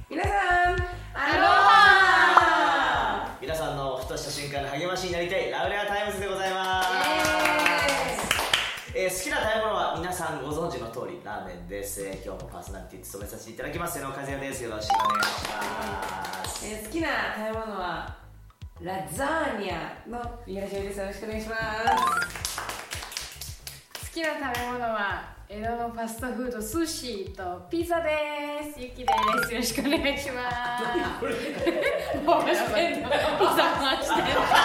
皆さんアロハ。 皆さんのふとした瞬間の励ましになりたいラウレアタイムズでございます。好きな食べ物は皆さんご存知の通りラーメンです。今日もパーソナリティ務めさせていただきます矢野和也です。よろしくお願いします。 好きな食べ物はラザーニャの三浦翔です。よろしくお願いします。 好きな食べ物は江戸のファストフード寿司とピザです。ゆきです。よろしくお願いします。回してんの。ピザ回してん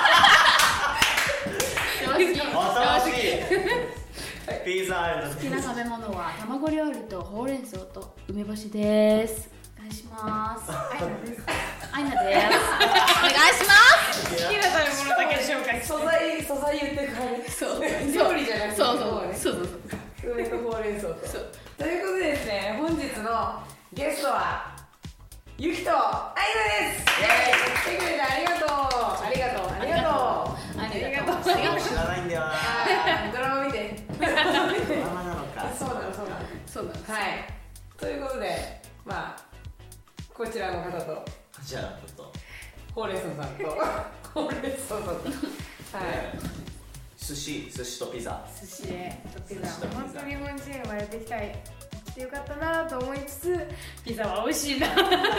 の。 楽しい。ピザ好きな食べ物は卵料理とほうれん草と梅干しです。お願いします。アイナです。お願いします。 好きな食べ物だけ紹介して。 素材言ってくからね。 そう。 料理じゃなくて。 そう。 梅とほうれん草と。ということでですね、本日のゲストはゆきとあいなです。来てくれてありがとう。 知らないんだよな。 ドラマ見て。 ドラマなのか。 そうなの。はい。ということで、まあこちらの方とじゃあちょっとほうれん草さんとほうれん草さんとはい。 寿司とピザ。 寿司とピザ。本当に日本人生まれてきたい。よかったなと思いつつ、ピザは美味しいな。 ど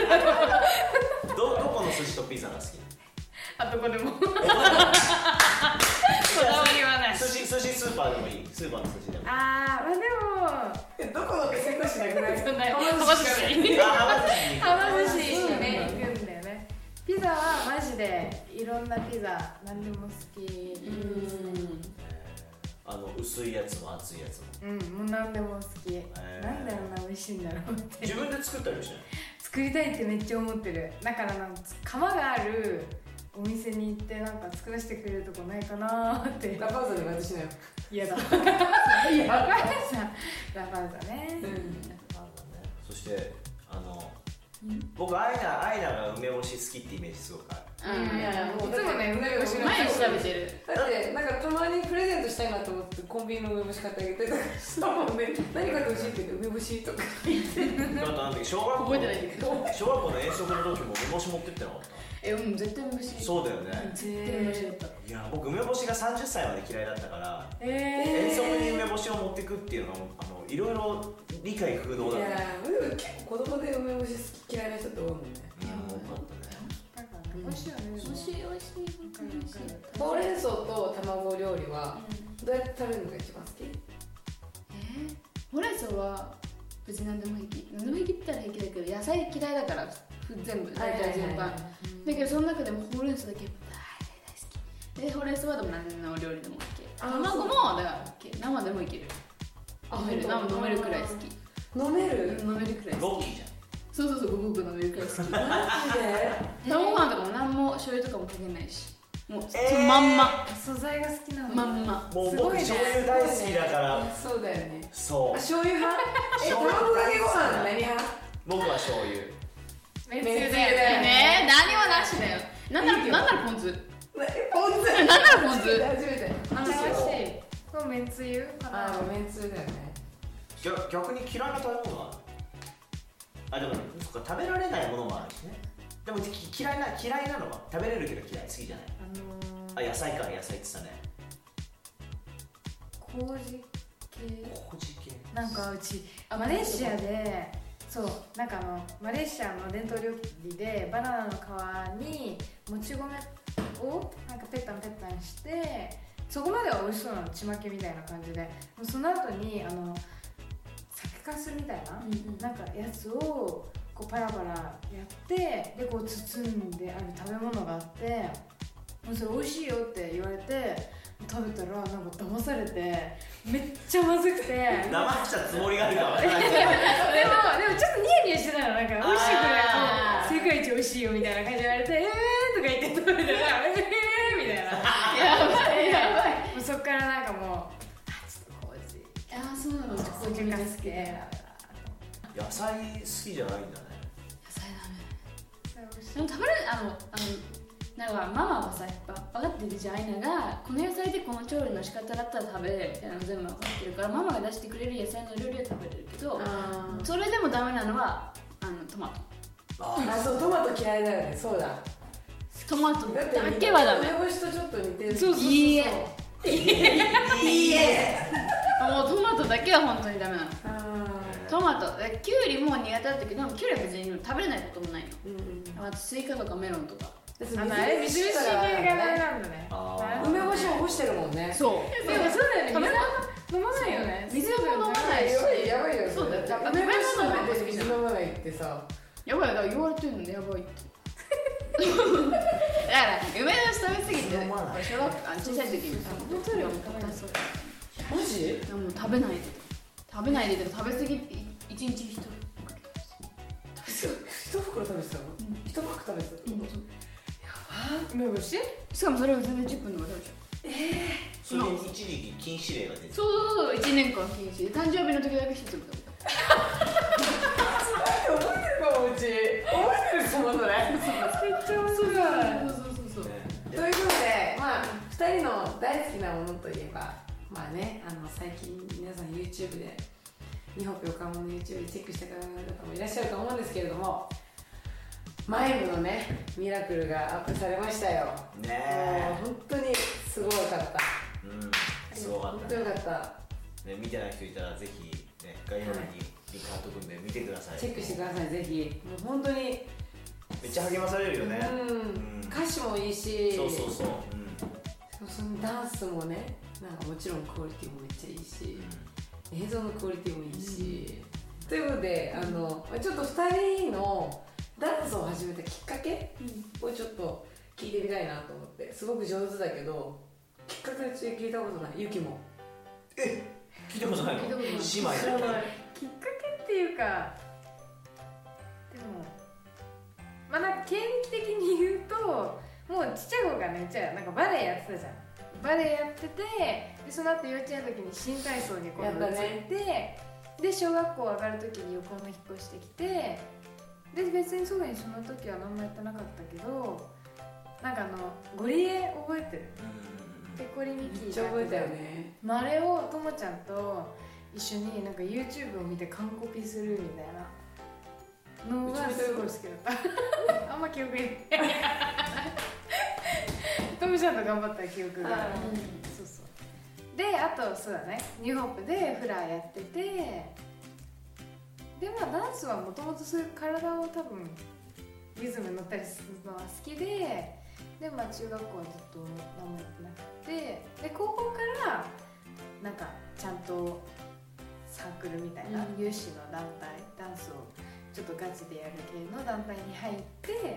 この寿司とピザが好き？ あ、どこでも。こだわりはない。 寿司スーパーでもいい。スーパーの寿司でも。 まあでもどこのって選択肢なくない？ はま寿司しかね行くんだよね。ピザはマジでいろんなピザ何でも好き。 薄いやつも厚いやつも。 もう何でも好き。なんであんな美味しいんだろうって。 自分で作ったりしない？作りたいってめっちゃ思ってる。だから窯があるお店に行ってなんか作らせてくれるとこないかなーって。 ラパウザに私しないよ。 嫌だ。ラパウザね。 そして僕アイナが梅干し好きってイメージすごくある。 いつもね梅干しの毎日食べてる。 だってなんかたまにプレゼントしたいなと思ってコンビニの梅干し買ってあげてたからしたもんね。何買ってほしいって言って梅干しとか言って。 だって小学校の遠足の時も梅干し持ってってなかった？ 絶対梅干し。 そうだよね。 絶対梅干しだった。 いや僕梅干しが30歳まで嫌いだったから遠足に梅干しを持ってくっていうのがいろいろ理解不能だった。 いや結構子供で梅干し好き嫌いな人って多いもんね。 多かったね。 美味しいよね。 美味しい。 ほうれん草と卵料理はどうやって食べるのが一番好き？ ほうれん草は別に何でも平気。何でも平気って言ったら平気だけど野菜嫌いだから全部大体全般。だけどその中でもほうれん草だけ大好き。でほうれん草はでも何の料理でも OK。卵もだから OK。生でもいける。飲めるくらい好き。 飲めるくらい好き。 ロッキーじゃん。 そうごく飲めるくらい好き。 マジで？ 卵ご飯とかも何も醤油とかもかけないし、もうそのまんま。 素材が好きなの。 まんま。 もう僕醤油大好きだから。 そうだよね。 そう。 醤油派？卵かけご飯何派？ 僕は醤油。 めんつゆだよね。何もなしだよ。なんならポン酢。 初めて。 これめんつゆかな。 めんつゆだよね。 逆に嫌いな食べ物はある？でも食べられないものもあるしね。でも嫌いなのは食べれるけど嫌い好きじゃない。野菜って言ったね。 麹系。なんかうちマレーシアでマレーシアの伝統料理でバナナの皮にもち米をなんかペッタンしてそこまでは美味しそうなの。ちまきみたいな感じでその後に酒粕みたいな、なんかやつをこうパラパラやってでこう包んである食べ物があってそれ美味しいよって言われて食べたらなんか騙されてめっちゃまずくて騙したつもりがあるかもしれない。 でもちょっとニヤニヤしてたの。なんか美味しいくらい世界一美味しいよみたいな感じで言われてとか言って食べたらみたいなやばいそっからなんかもうちょっと麹そうなの。 麹が好きで野菜好きじゃないんだね。 野菜ダメ。でも食べれなんかママはさやっぱ分かってるじゃん。アイナがこの野菜でこの調理の仕方だったら食べれるみたいなの全部分かってるからママが出してくれる野菜の料理は食べれるけどそれでもダメなのはトマト。 あ、そう、トマト嫌いだよね。そうだ。 トマトだってだけはダメ。 梅干しとちょっと似てる。 そうそうそうそう。いいえ。 いいえ。 もうトマトだけは本当にダメなの。 あトマト、キュウリも苦手だったけど、キュウリは別に食べれないこともないの。 ー、 あとスイカとかメロンとか。 あれみずみずしい系がダメなんだね。 梅干しも干してるもんね。 そう。 でもそうだよね。 食べ物飲まないよね。 水も飲まないし。 やばいよ。 そうだよ。 梅干し食べて水飲まないってさ。 やばい、だから言われてるのやばいって。だから梅干し食べ過ぎて、 飲まない小学校小さい時に本当に食べない。 マジ？ でも食べないで食べ過ぎ一日一袋一袋食べてたの？一パック食べてたの？ 梅干し？ しかもそれを全然10分とか食べちゃそれ一時期禁止令が出てう。そう1年間禁止で、誕生日の時だけ1粒食べた。 覚えてるかもうち。覚えてるかもそれ。 めっちゃ面白い。 そう。 ということで、まあ2人の大好きなものといえば、まあね、最近皆さん YouTube で日本横浜の YouTube でチェックした方もいらっしゃると思うんですけれども、マイムのねミラクルがアップされましたよ。 ねもう本当にすごかった。 すごか本ったね。 当よかった。 ね、見てない人いたらぜひね、概要欄にリンク貼っとくんで見てください。 チェックしてください、ぜひ。もう本当にめっちゃ励まされるよね。 歌詞もいいし、 そう。 そのダンスもね、なんかもちろんクオリティもめっちゃいいし、映像のクオリティもいいし、ということでちょっと2人のダンスを始めたきっかけをちょっと聞いてみたいなと思って。すごく上手だけどきっかけって聞いたことない。ゆきも聞いたことないの？ 聞いたことない。 姉妹だ知らない。 きっかけっていうか、でもまあなんか経歴的に言うと、もうちっちゃい子がね、なんかバレエやってたじゃん。バレエやってて、でその後幼稚園の時に新体操に今度移って、で小学校上がる時に横浜引っ越してきて、で別にすぐにその時は何もやってなかったけど、なんかゴリエ覚えてる？ペコリミキーめっちゃ覚えたよね。 あれをともちゃんと一緒になんか YouTube を見て完コピするみたいなのがすごい好きだったあんま記憶にないともちゃんと頑張った記憶がある。そうそう。で、あとそうだね、ニューホープでフラーやってて、でまあダンスはもともとそういう体を多分リズムに乗ったりするのは好きで、でまあ中学校はずっと何もやってなくて、で高校からなんかちゃんとサークルみたいな、有志の団体、ダンスをちょっとガチでやる系の団体に入って、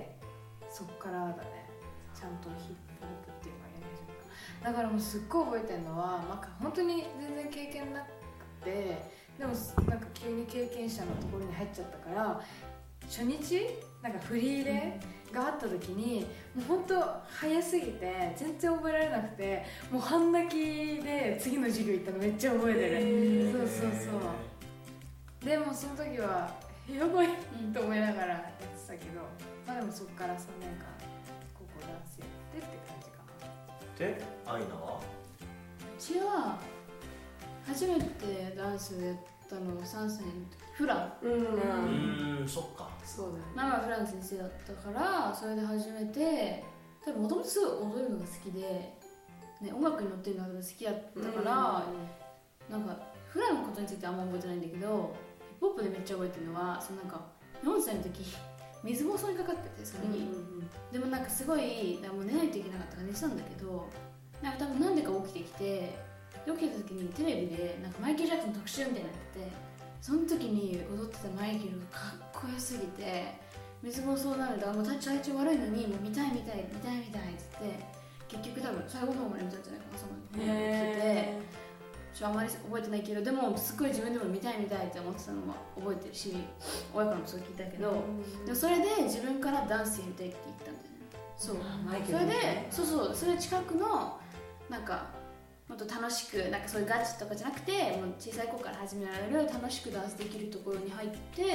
そっからだね、ちゃんとヒップホップっていうかやり始めた。だからもうすっごい覚えてるのは、なんか本当に全然経験なくて、でもなんか急に経験者のところに入っちゃったから、初日なんかフリーレがあった時に、もう本当早すぎて全然覚えられなくて、もう半泣きで次の授業行ったのめっちゃ覚えてる。そうでもその時はやばいと思いながらやってたけど、まあでもそこから3年間高校ダンスやってって感じかな。 で、アイナは？ うちは初めてダンスやったのが3歳の時、フラン。 そっか。 そうだね。 ママはフラン先生だったから、それで初めて、多分もともとすごい踊るのが好きで、ね、音楽に乗ってるのが好きだったから、なんかフラのことについてあんま覚えてないんだけど、ヒップホップでめっちゃ覚えてるのは、そのなんか4歳の時水暴走にかかってて、それに、でもなんかすごいもう寝ないといけなかったから寝てたんだけど、なんか多分なんでか起きてきて、起きた時にテレビでなんかマイケル・ジャクソン特集みたいになってて、その時に踊ってたマイケルがかっこよすぎて、水暴走なのでもう体調悪いのにもう見たいっつって、結局多分最後の方まで見たんじゃないかな、その来て。あんまり覚えてないけど、でもすっごい自分でも見たいって思ってたのは覚えてるし、親からもそう聞いたけど、でもそれで自分からダンスやりたいって言ったんだよね。そうそれでそれ近くのなんかもっと楽しく、なんかそういうガチとかじゃなくて、もう小さい子から始められる楽しくダンスできるところに入って、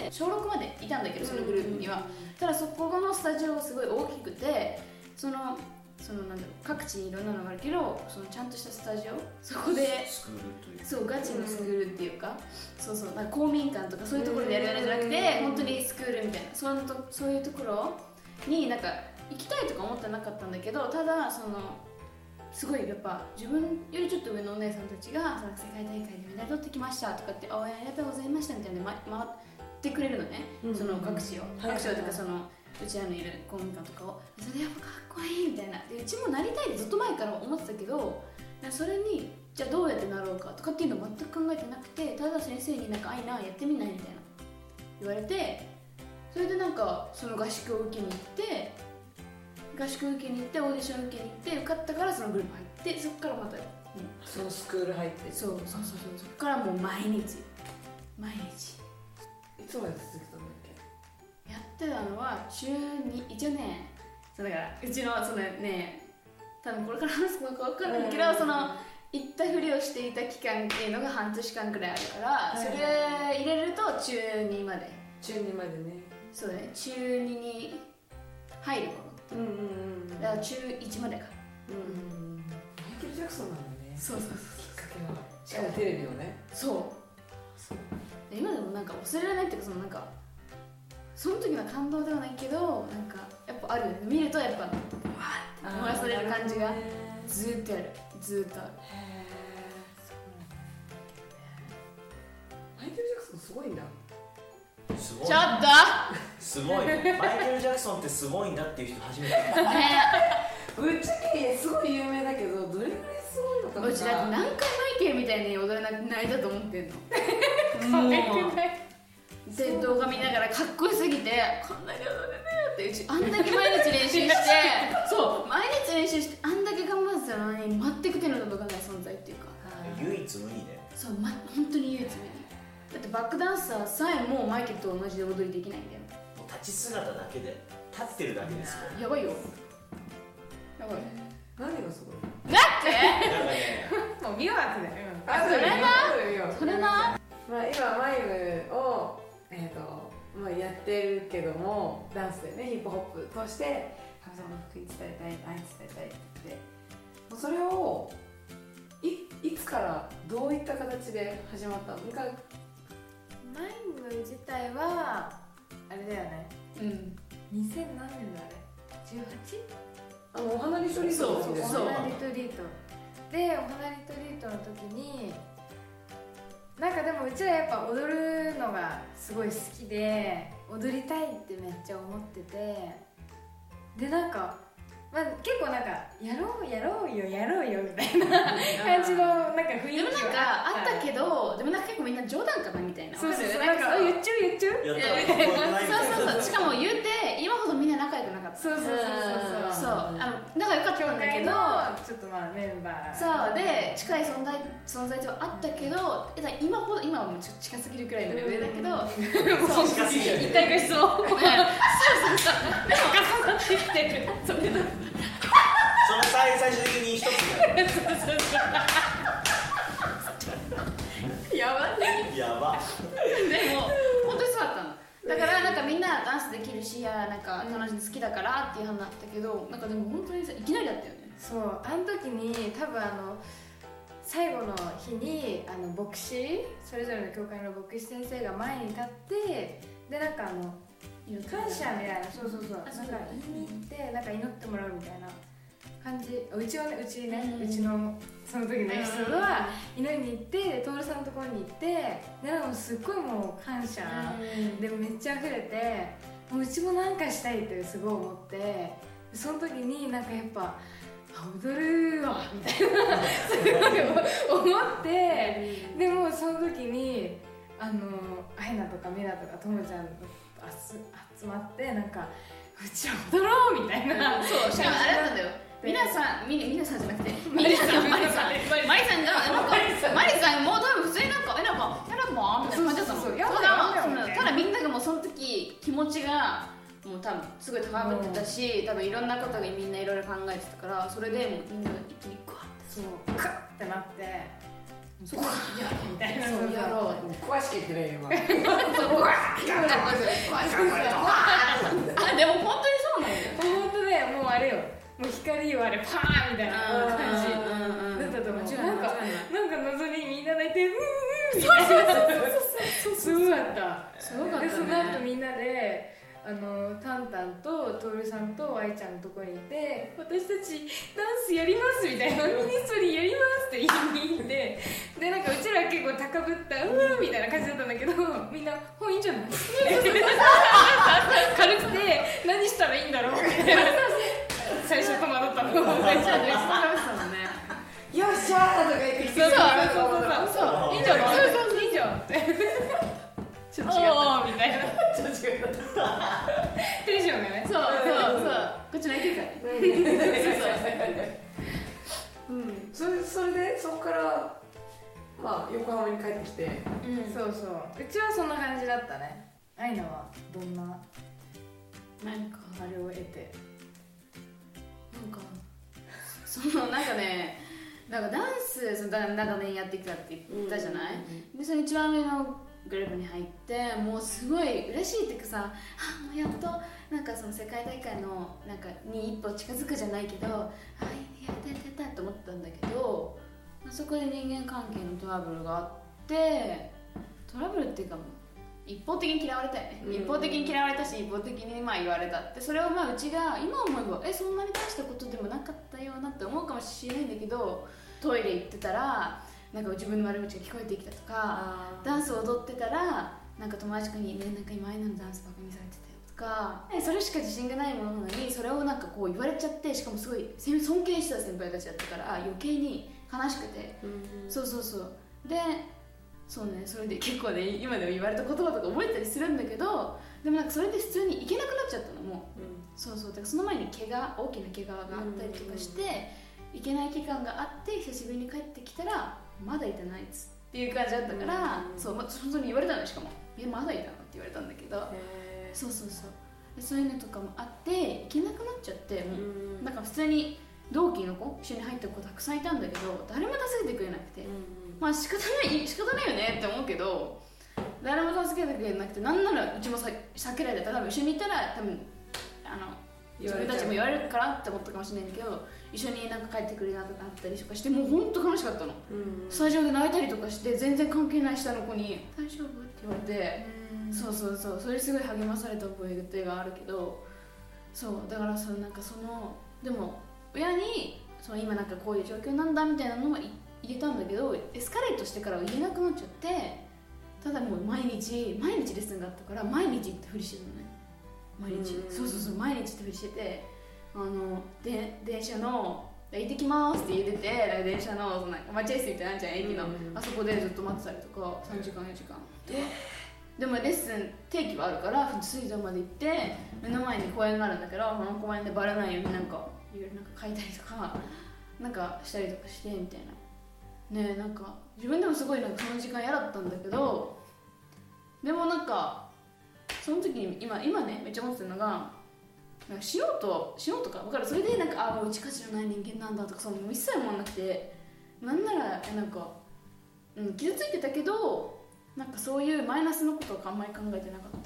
小6までいたんだけど、そのグループには。ただそこのスタジオがすごい大きくて、そのそのなんだろう各地にいろんなのがあるけどそのちゃんとしたスタジオそこでスクールというそうガチのスクールっていうかそうそうなんか公民館とかそういうところでやるやつじゃなくて本当にスクールみたいなそういうところになんか行きたいとか思ってなかったんだけどただそのすごいやっぱ自分よりちょっと上のお姉さんたちがその世界大会でメダル取ってきましたとかって応援ありがとうございましたみたいな回ってくれるのね、その各地を各地をというかそのうちらのいる公民館とかをそれでやっぱかっこいいみたいなでうちもなりたいってずっと前から思ってたけどそれにじゃあどうやってなろうかとかっていうのを全く考えてなくてただ先生になんかあいなやってみないみたいな言われてそれでなんかその合宿を受けに行ってオーディション受けに行って受かったからそのグループ入ってそこからまた、 そのスクール入ってそうそこからもう毎日いつまで続けたんだっけ？ やってたのは週に一応ねそうだからうちのそのね多分これから話すのか分かんないけど、その行ったふりをしていた期間っていうのが半年間くらいあるから、それ入れると中2まで中2までね。 そうだね中2に入る頃だから中1までかマイケル・ジャクソンなんだね。 そうきっかけはしかもテレビをね。 そう今でもなんか忘れられないっていうかそのなんかその時の感動ではないけどなんかやっぱあるよね見るとやっぱわーって思わされる感じがずーっとあるマイケル・ジャクソンすごいんだ。 すごいちょっとすごいマイケル・ジャクソンってすごいんだっていう人初めてぶっちゃけすごい有名だけどどれぐらいすごいのかな。 うちだって何回マイケルみたいに踊れないだと思ってんのもうで動画見ながらかっこよすぎてこんなに踊れねえってうちあんだけ毎日練習してそう毎日練習してあんだけ頑張ってたのに全く手の届かない存在っていうか唯一無二ねそう、本当に唯一無二だってバックダンサーさえもうマイケルと同じで踊りできないんだよもう立ち姿だけで立ってるだけですよやばいよやばい何がすごい？ だってなんかねもう見ようやつだよそれなまあ今マイムをまあやってるけどもダンスでねヒップホップとして神様の福音伝えたい愛伝えたいって言ってもうそれをいつからどういった形で始まったの？ マイム自体はあれだよねうん 2000何年だあれ 18? お花リトリートの時ですおね。 花リトリートでお花リトリートの時になんかでもうちらやっぱ踊るのがすごい好きで踊りたいってめっちゃ思っててでなんか、まあ、結構なんかやろうよみたいな感じのなんか雰囲気でもなんかあったけどでもなんか結構みんな冗談かなみたいなそうそうなんか言っちゃうやったそうしかも言うて今ほどみんな仲良くなかったそう仲良かったんだけどちょっとまあメンバーそうで近い存在ではあったけど今はもうちょっと近すぎるくらいのレベルだけどそう近すぎる一回ご質問そうでも重なってきてるそれだその最終的に一つやばいやばでも本当にそうだったのだからなんかみんなダンスできるしなんか楽しい好きだからっていう話だったけどなんかでも本当にさいきなりだったよねそうあの時に多分最後の日に牧師それぞれの教会の牧師先生が前に立ってでなんか感謝みたいなそうなんか言いに行ってなんか祈ってもらうみたいな感じうちのその時のエピソードは祈りに行ってで徹さんのところに行ってでなんかすっごいもう感謝でめっちゃ溢れてもううちもなんかしたいってすごい思ってその時になんかやっぱ踊るわみたいなすごい思ってでもその時にアヘナとかメラとかともちゃん集まってなんかうちら踊ろうみたいなそうしかもあれだったんだよ皆さんじゃなくてマリさんがもう多分普通になんかみたいな感じだったのただみんながもうその時気持ちがもう多分すごい高ぶってたし多分いろんなことがみんないろいろ考えてたからそれでもうみんなが一気にグワッてそうカッってなってそこやろうみたいなそうやろう詳しく言ってないよ今。 でも本当にそうなんだよ本当ねもうあれよもう光をあれパーンみたいな感じだったと思う。なんか謎にみんな泣いてみたいな。すごかった。すごかったね。でその後みんなでタンタンとトールさんとアイちゃんのところにいて、私たちダンスやりますみたいな、ミニストリーやりますって言いに行って、でなんかうちら結構高ぶったみたいな感じだったんだけど、みんな「いいんじゃない?」軽くて何したらいいんだろうみたいな。最初戸惑ったの。最初はね、 よっしゃーとか言ってきて、そういいんじゃない？いいじゃんってちょっと違ったみたいな。ちょっと違ったテンションがね。そうこっち泣いてるからね。 それでそこからまあ横浜に帰ってきて、 そううちはそんな感じだったね。アイナはどんな何かあれを得て、 なんかね、なんかダンス長年やってきたって言ったじゃない、でその一番上のグループに入ってもうすごい嬉しいっていうかさ、もうやっとなんかその世界大会のなんかに一歩近づくじゃないけど、やったと思ったんだけど、そこで人間関係のトラブルがあって、トラブルっていうか一方的に嫌われたよね、一方的に嫌われたし一方的に言われたって、それをうちが今思えばそんなに大したことでもなかったよなって思うかもしれないんだけど、トイレ行ってたらなんか自分の悪口が聞こえてきたとか、ダンスを踊ってたらなんか友達にね、なんか今アイナのダンスバカにされてたよとか、それしか自信がないものなのにそれをなんかこう言われちゃって、しかもすごい尊敬してた先輩たちだったから余計に悲しくて、そうでそうね、それで結構ね今でも言われた言葉とか覚えたりするんだけど、でもなんかそれで普通に行けなくなっちゃったのも、だからその前に大きな怪我があったりとかして、行けない期間があって、久しぶりに帰ってきたらまだいたないっていう感じだったから、本当に言われたの。しかもまだいたのって言われたんだけど、そういうのとかもあって行けなくなっちゃって、なんか普通に同期の子一緒に入った子たくさんいたんだけど、誰も助けてくれなくて、仕方ないよねって思うけど、誰も助けてくれなくて、なんならうちも避けられてたら、多分一緒にいたら多分自分たちも言われるからって思ったかもしれないんだけど、一緒になんか帰ってくれなくなったりとかして、もう本当悲しかったの、スタジオで泣いたりとかして、全然関係ない下の子に「大丈夫?」って言われて、それすごい励まされた覚えがあるけど、だからでも親に今なんかこういう状況なんだみたいなのは言えたんだけど、エスカレートしてからは言えなくなっちゃって、ただもう毎日レッスンがあったから毎日行ってふりしてるのね。毎日毎日行ってふりしてて、電車の行ってきますって言ってて、電車の待合室みたいなのあるじゃん、駅の、あそこでずっと待ってたりとか、3時間4時間でもレッスン定期はあるから水道まで行って、目の前に公園があるんだけど、この公園でバレないようになんかいろいろ書いたりとかなんかしたりとかしてみたいなね。なんか自分でもすごいなんかその時間嫌だったんだけど、でもなんかその時に今ねめっちゃ思ってるのが、なんか素人か分かる。それでなんかもう力のない人間なんだとか、もう一切思わなくて、なんならなんか、傷ついてたけど、なんかそういうマイナスのことをあんまり考えてなかった、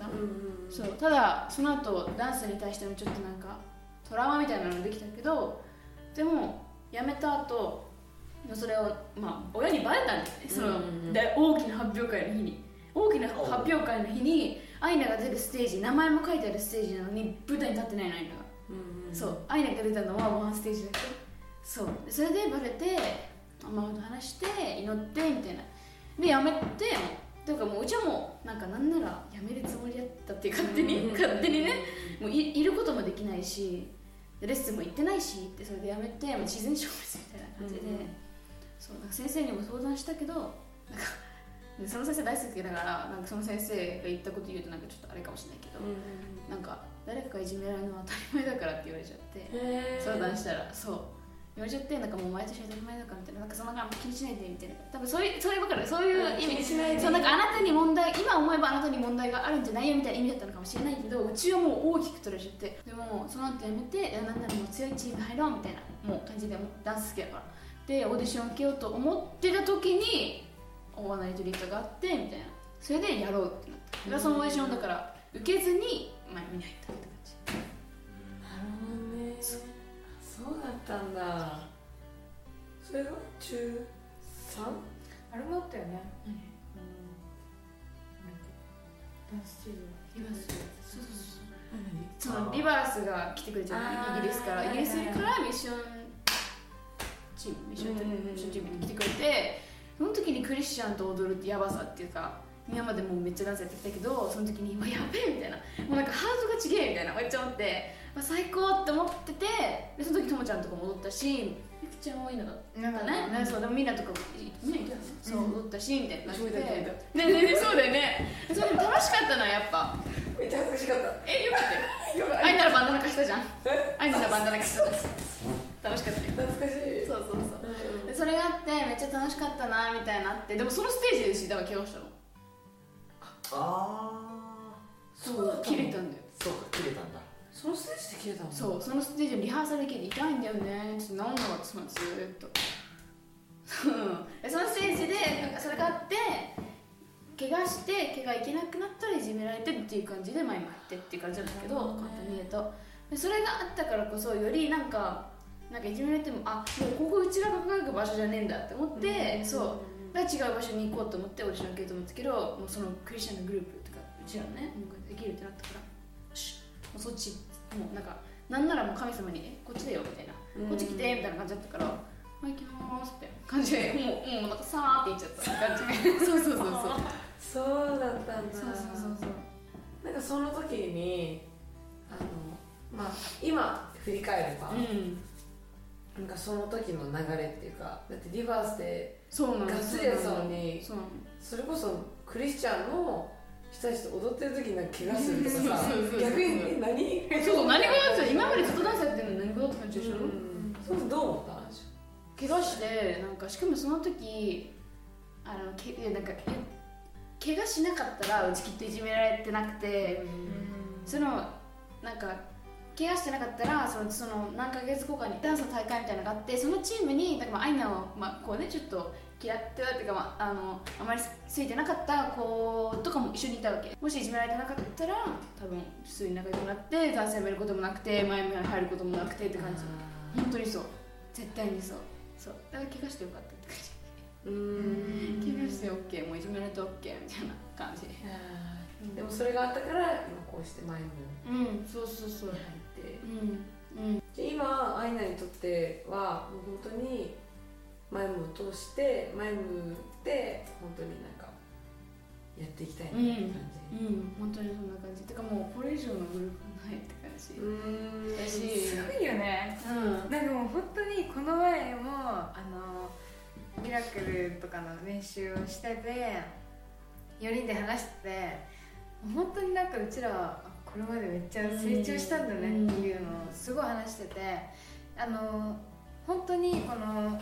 ただその後ダンスに対してのちょっとなんかトラウマみたいなのができたけど、でも辞めた後それを親にバレたんですね、大きな発表会の日にアイナが出るステージ、名前も書いてあるステージなのに舞台に立ってないの、アイナが、アイナが出たのはワンステージだけ、それでバレてママと話して祈ってみたいなで辞めて、というかもううちはもうなんなら辞めるつもりだったっていう、勝手にね、もういることもできないし、レッスンも行ってないしって、それで辞めてもう自然消滅みたいな感じで、なんか先生にも相談したけど、なんかその先生大好きだから、なんかその先生が言ったこと言うとなんかちょっとあれかもしれないけど、なんか誰かがいじめられるのは当たり前だからって言われちゃって、相談したら言われちゃって、なんかもう毎年当たり前だからみたいな、なんかそんな気にしないでみたいな、多分そういう意味、なんかあなたに問題、今思えばあなたに問題があるんじゃないよみたいな意味だったのかもしれないけど、うちはもう大きく取れちゃって、でもその後やめて、なんならもう強いチーム入ろうみたいなもう感じで、ダンス好きだからでオーディション受けようと思ってた時にオーナイトリートがあってみたいな、それでやろうってなった。だからそのオーディションだから受けずに見に入ったって感じ。 なるほどね。そそうだったんだ。それが中 3？ あれもあったよね。ダンスチームリバース。そうそうそう。リバースが来てくれちゃう、イギリスから。イギリスからミッションチームに来てくれて、その時にクリスチャンと踊るってやばさっていうか、今までもうめっちゃダンスやってきたけど、その時にやべえみたいな、もうなんかハートがちげえみたいなめっちゃ思って、最高って思ってて、でその時ともちゃんとかも踊ったし、ゆきちゃんもいいのだったね。そうでもみんなとかもそう踊ったしみたいな。そうだよね。そうだよね。それでも楽しかったなやっぱ。 めっちゃ恥ずかしかった。 よかったよ。あいならバンダナ貸したじゃん。あいならバンダナ貸した。楽しかったね。 懐かしい。 そうそうそう。でそれがあってめっちゃ楽しかったなみたいなって、でもそのステージでしだから怪我したの。そう切れたんだよ。 そうか切れたんだ。 そのステージで切れたの？ そう、そのステージのリハーサルで切れて痛いんだよねって治んなかったそのずーっと。でそのステージでそれがあって怪我して怪我いけなくなったらいじめられてっていう感じで前もやってっていう感じなんだけど、簡単に言うとでそれがあったからこそよりなんかいじめられてももうここうちらが輝く場所じゃねえんだって思って、そうだから違う場所に行こうと思ってオーディション受けようと思ったけど、もうそのクリスチャンのグループとかうちらのねできるってなったから、もうそっちもうなんならもう神様にこっちだよみたいな、こっち来てみたいな感じだったから、行きますって感じでもうなんかさーって言っちゃった感じでそうそうだったんだ。 そうなんかその時に今振り返れば、なんかその時の流れっていうか、だってリバースでガッツリやったのに、それこそクリスチャンの人たちと踊ってる時に怪我するとかさ、逆に何がやって今までずっとダンスやってるのに何がって感じでしょ。 そうどう思ったんでしょ。 怪我してしかもその時怪我しなかったらうちきっといじめられてなくて、怪我してなかったらその何ヶ月後かにダンスの大会みたいなのがあって、そのチームにアイナをこうねちょっと嫌ってはっていうか、あまりついてなかった子とかも一緒にいたわけ。もしいじめられてなかったら多分普通に仲良くなってダンスやめることもなくて前に入ることもなくてって感じ。本当にそう、絶対にそうだから怪我してよかったって感じ。怪我して OK、 もういじめられて OK みたいな感じ。 でもそれがあったから今こうして前もそう入って、今アイナにとってはもう本当にマイムを通してマイムで本当にやっていきたいなって感じ。 本当にそんな感じ。てかもうこれ以上のグループはないって感じ。 すごいよね。なんかもう本当にこの前もミラクルとかの練習をしてて4人で話してて、本当にうちらこれまでめっちゃ成長したんだねっていうのをすごい話してて、本当にこの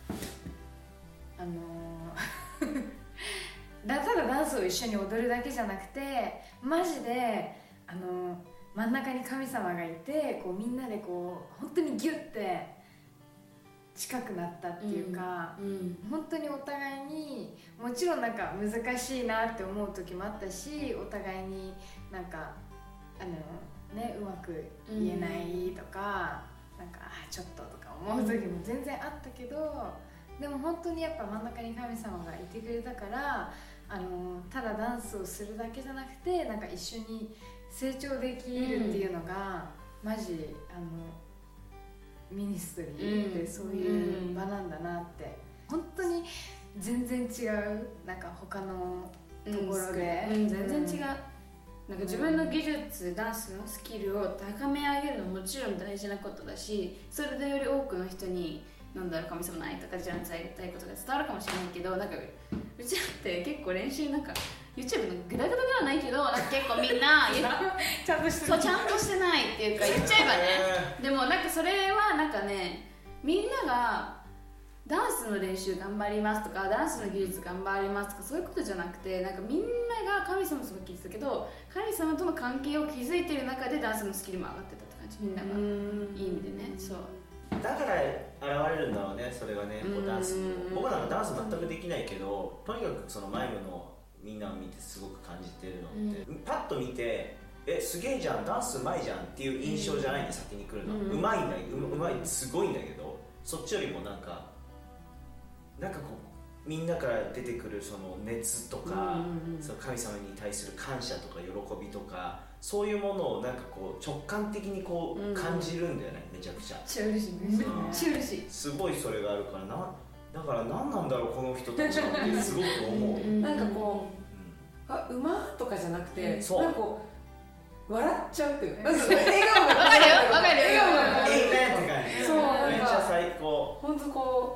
ただダンスを一緒に踊るだけじゃなくてマジで真ん中に神様がいてみんなで本当にギュッて近くなったっていうか、本当にお互いにもちろん難しいなって思う時もあったし、お互いにうまく言えないとか、ちょっととか思う時も全然あったけど、でも本当にやっぱ真ん中に神様がいてくれたから、ただダンスをするだけじゃなくて一緒に成長できるっていうのが、マジミニストリーってそういう場なんだなって、本当に全然違う他のところで、 全然違う。自分の技術、ダンスのスキルを高め上げるのももちろん大事なことだし、それでより多くの人に神様の愛とかじゃん伝えたいことが伝わるかもしれないけど、うちらって結構練習YouTube のグダグダではないけど結構みんなちゃんとしてないっていうか言っちゃえばねでもそれはみんながダンスの練習頑張りますとかダンスの技術頑張りますとかそういうことじゃなくて、みんなが神様すごい聞いてたけど神様との関係を築いている中でダンスのスキルも上がってたって感じ、みんながいい意味でね。そうだから現れるんだろうね、それがね、ダンスにも。僕ダンス全くできないけど、とにかくそのマイムのみんなを見てすごく感じてるのって、パッと見てすげえじゃん、ダンスうまいじゃんっていう印象じゃないんで先に来るの、うまいんだ、うまいすごいんだけど、そっちよりもなんかこうみんなから出てくるその熱とか、その神様に対する感謝とか喜びとか、そういうものをなんかこう直感的にこう感じるんだよね、めちゃくちゃ。 めっちゃ嬉しい、めっちゃ嬉しい。 すごいそれがあるからだから何なんだろうこの人たちはってすごく思う。 なんかこう、あ、馬とかじゃなくて、 そうなんかこう笑っちゃうっていう、なんか笑顔がわかるよわかるよ笑顔がええって感じ。 そう、なんめっちゃか最高。 本当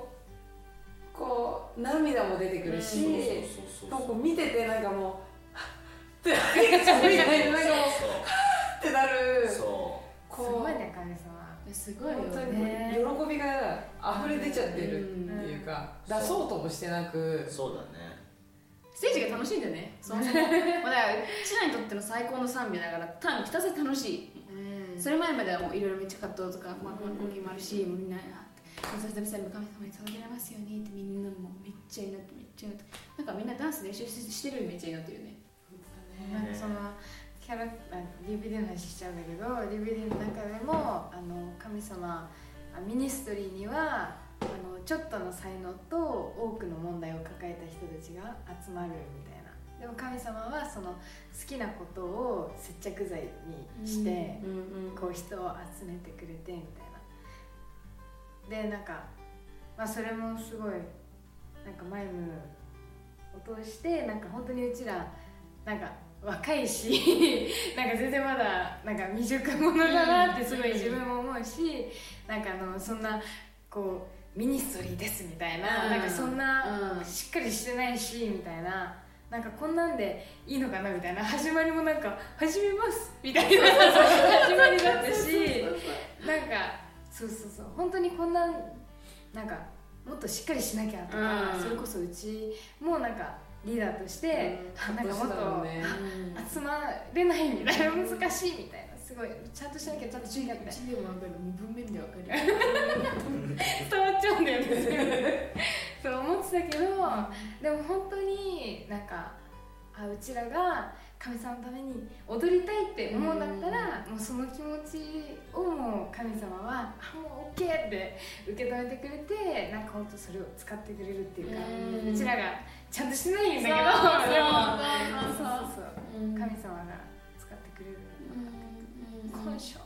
こう涙も出てくるし、なんか見ててなんかもうってなるみたいな、なんかもうってなる。 そすごいね、神様。 すごいよ本当にね喜びが溢れ出ちゃってるっていうか、出そうともしてなく、 そうだね。 ステージが楽しいんだよね。そもそもだからうちらにとっての最高の賛美だから、ひたすら楽しい。それ前まではもういろいろめっちゃ葛藤とか、まあ、この時もあるし、もうみんなそして神様に捧げられますようにってみんなもめっちゃ祈ってめっちゃ祈って、なんかみんなダンス練習してるよりめっちゃ祈ってるよね。 なんかそのキャラDVD の話しちゃうんだけど、 DVD の中でも神様ミニストリーにはちょっとの才能と多くの問題を抱えた人たちが集まるみたいな。でも神様はその好きなことを接着剤にして、こう人を集めてくれてみたいな。でなんか、まあ、それもすごいなんかマイムを通してなんか本当にうちらなんか若いしなんか全然まだなんか未熟者だなってすごい自分も思うし、なんかそんなこうミニストリーですみたいな、なんかそんなしっかりしてないしみたいな、なんかこんなんでいいのかなみたいな、始まりもなんか始めますみたいな始まりだったし、なんかそう本当にこんなんかもっとしっかりしなきゃとか、それこそうちもなんかリーダーとして、なんかもっと集まれないみたいな、難しいみたいな、すごいちゃんとしなきゃちゃんとしなきゃみたいな。 うちでも分かる、文面で分かる伝わっちゃうんだよねそう思ってたけど、でも本当になんかうちらが神様のために踊りたいって思うんだったら、もうその気持ちをもう神様はもう OK って受け止めてくれて、なんか本当それを使ってくれるっていうか、うちらがちゃんとしてないんだけど、でも神様が使ってくれる。感謝。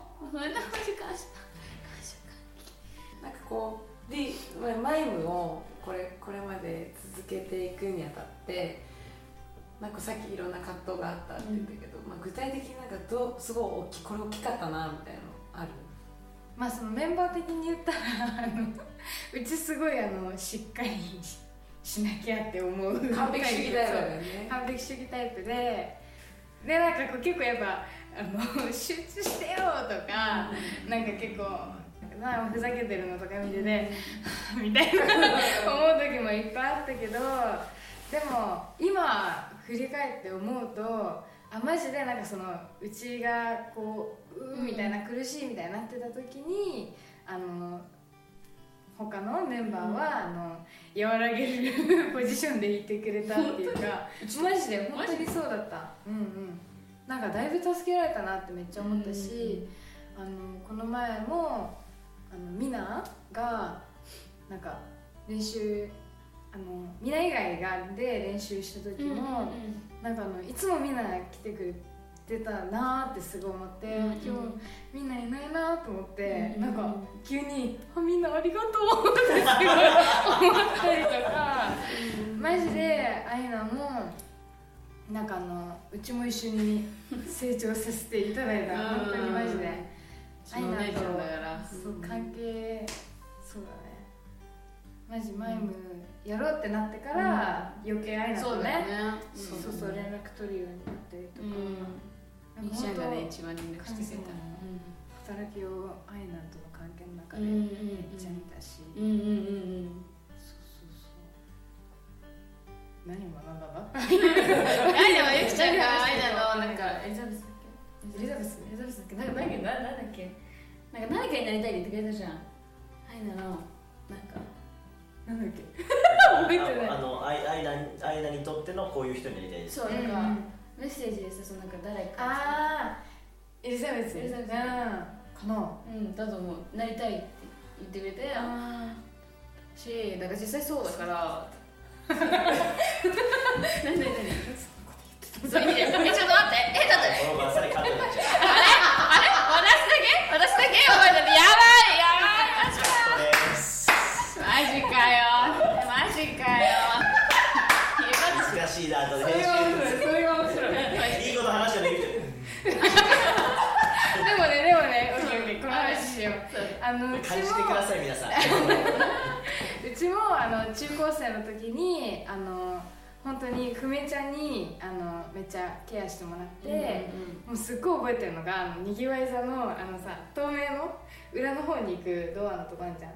なんかこうでマイムをこれまで続けていくにあたって、なんかさっきいろんな葛藤があったって言ったけど、具体的になんかすごいこれ大きかったなみたいなのある？ まあそのメンバー的に言ったらうちすごいしっかりしなきゃって思う完璧主義タイプだよね。 完璧主義タイプでなんかこう結構やっぱ集中してよとか、なんか結構ふざけてるのとか見ててみたいな思う時もいっぱいあったけど、でも今振り返って思うと、マジでなんかそのうちがこうみたいな苦しいみたいになってた時に他のメンバーは和らげるポジションでいてくれたっていうかマジで本当にそうだった。なんかだいぶ助けられたなってめっちゃ思ったし、この前もミナがなんか練習ミナ以外で練習した時も、なんかいつもミナ来てくれてたなーってすごい思って、今日みんないないなと思って、なんか急にみんなありがとうってすごい思ったりとかマジでアイナもなんかうちも一緒に成長させていただいた本当にマジでアイナとそう関係そうだね、マジマイムやろうってなってから余計アイナとねそう連絡取るようになったりとか、 ミシャがね一番連絡してくれた働きをアイナとの関係の中でめっちゃ見たし、何学んだんだアイナはゆきちゃんがアイナのなんかエリザベスだっけエリザベスだっけなんだっけなんか何かになりたいって言ってくれたじゃん、アイナのなんだっけ覚えてない。間にとってのこういう人になりたいです。 そう、なんかメッセージでさ、そのなんか誰かエリザベスエリザベスかな。 うんだと思う。なりたいって言ってくれてし、だから実際そうだから何そういやちょっと待ってだってこのバッサリカットになっちゃう。 私だけ覚えててやばいそうですマジかよ難しいなと編集それが面白い。 いいこと話してる。 でもねオッケーオッケー、この話しよう。う感じてください皆さん。 うちも中高生の時に本当にふめちゃんにめっちゃケアしてもらって、もうすっごい覚えてるのがにぎわい座のさ透明の裏の方に行くドアのとこあるじゃん。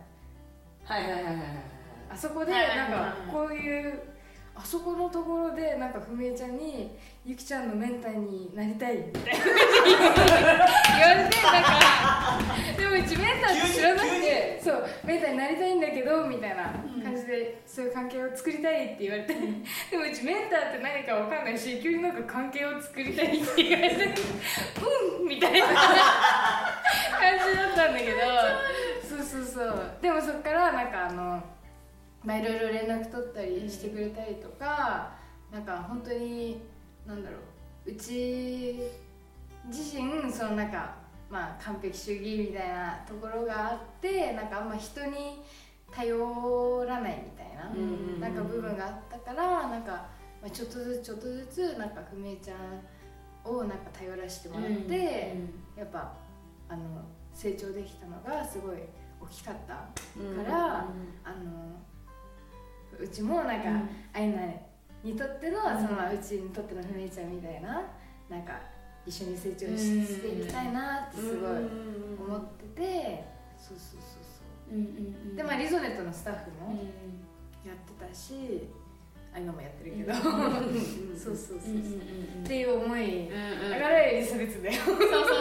あそこでなんかこういうあそこのところでなんかふみえちゃんにゆきちゃんのメンターになりたいみたいな言われて、なんかでもうちメンターって知らなくて、そうメンターになりたいんだけどみたいな感じで、そういう関係を作りたいって言われて、でもうちメンターって何かわかんないし、急になんか関係を作りたいって言われてうんみたいな感じだったんだけど、そうでもそっからなんかいろいろ連絡取ったりしてくれたりとか、なんか本当になんだろう、うち自身そのなんか完璧主義みたいなところがあって、なんかあんま人に頼らないみたいな、なんか部分があったから、なんかちょっとずつなんかふみえちゃんをなんか頼らせてもらって、やっぱ成長できたのがすごい大きかったから、うちもなんか、アイナにとっての、そのうちにとってのふみえちゃんみたいな、なんか一緒に成長していきたいなってすごい思ってて、そうでリゾネットのスタッフもやってたし、今もやってるけど、そうっていう思いだからエリザベスだよ。 ふ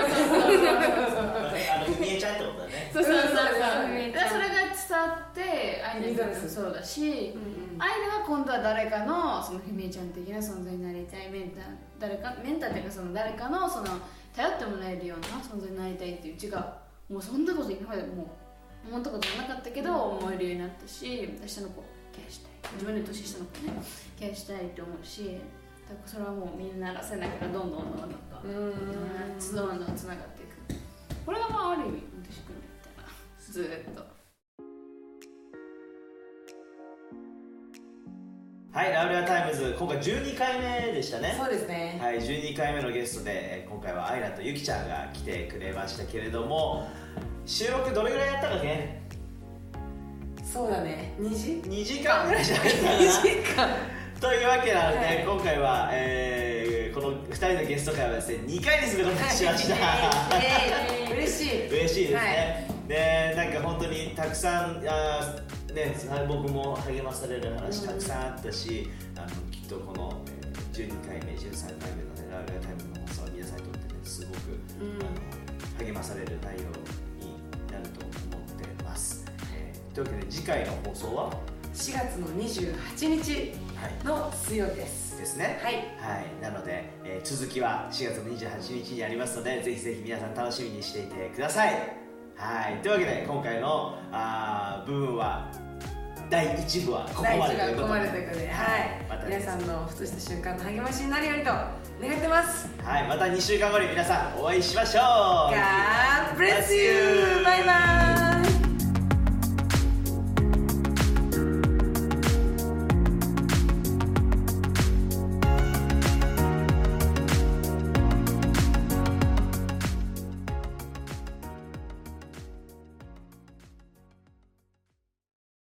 みえちゃんってことだね。 そうそれが伝わってアイナにとってもそうだし、アイナは今度は誰かのそのふみえちゃん的な存在になりたい、メンターっていうかその誰かのその頼ってもらえるような存在になりたいっていう、うちがもうそんなこと今までもう思ったこともなかったけど思えるようになったし、下の子ケアしたい、自分の年下の子ねケアしたいと思うし、だからそれはもうみんならせなきゃどんどんつながっていく。これがある意味私くんみたいな、ずーっと。 はい、ラウレアタイムズ今回12回目でしたね。 そうですね。 はい、12回目のゲストで今回はアイラとユキちゃんが来てくれましたけれども、収録どれぐらいやったかね。 そうだね、 2時間ぐらいじゃないかなというわけなので、今回は、この2人のゲスト会はですね2回にすることにしました。 嬉しいですね、でなんか本当にたくさん僕も励まされる話たくさんあったし、きっとこの12回目13回目のねラウレアタイムの放送は皆さんにとってねすごく、励まされる内容になると思ってます。というわけで次回の放送は 4月の28日の水曜日です。 ですね。はい。なので、続きは4月の28日にありますので、ぜひぜひ皆さん楽しみにしていてください。はい。というわけで今回の部分は第1部はここまでということで、 また皆さんのふとした瞬間の励ましになるようにと願ってます。 はい。また2週間後に皆さんお会いしましょう。 God bless you。バイバイ。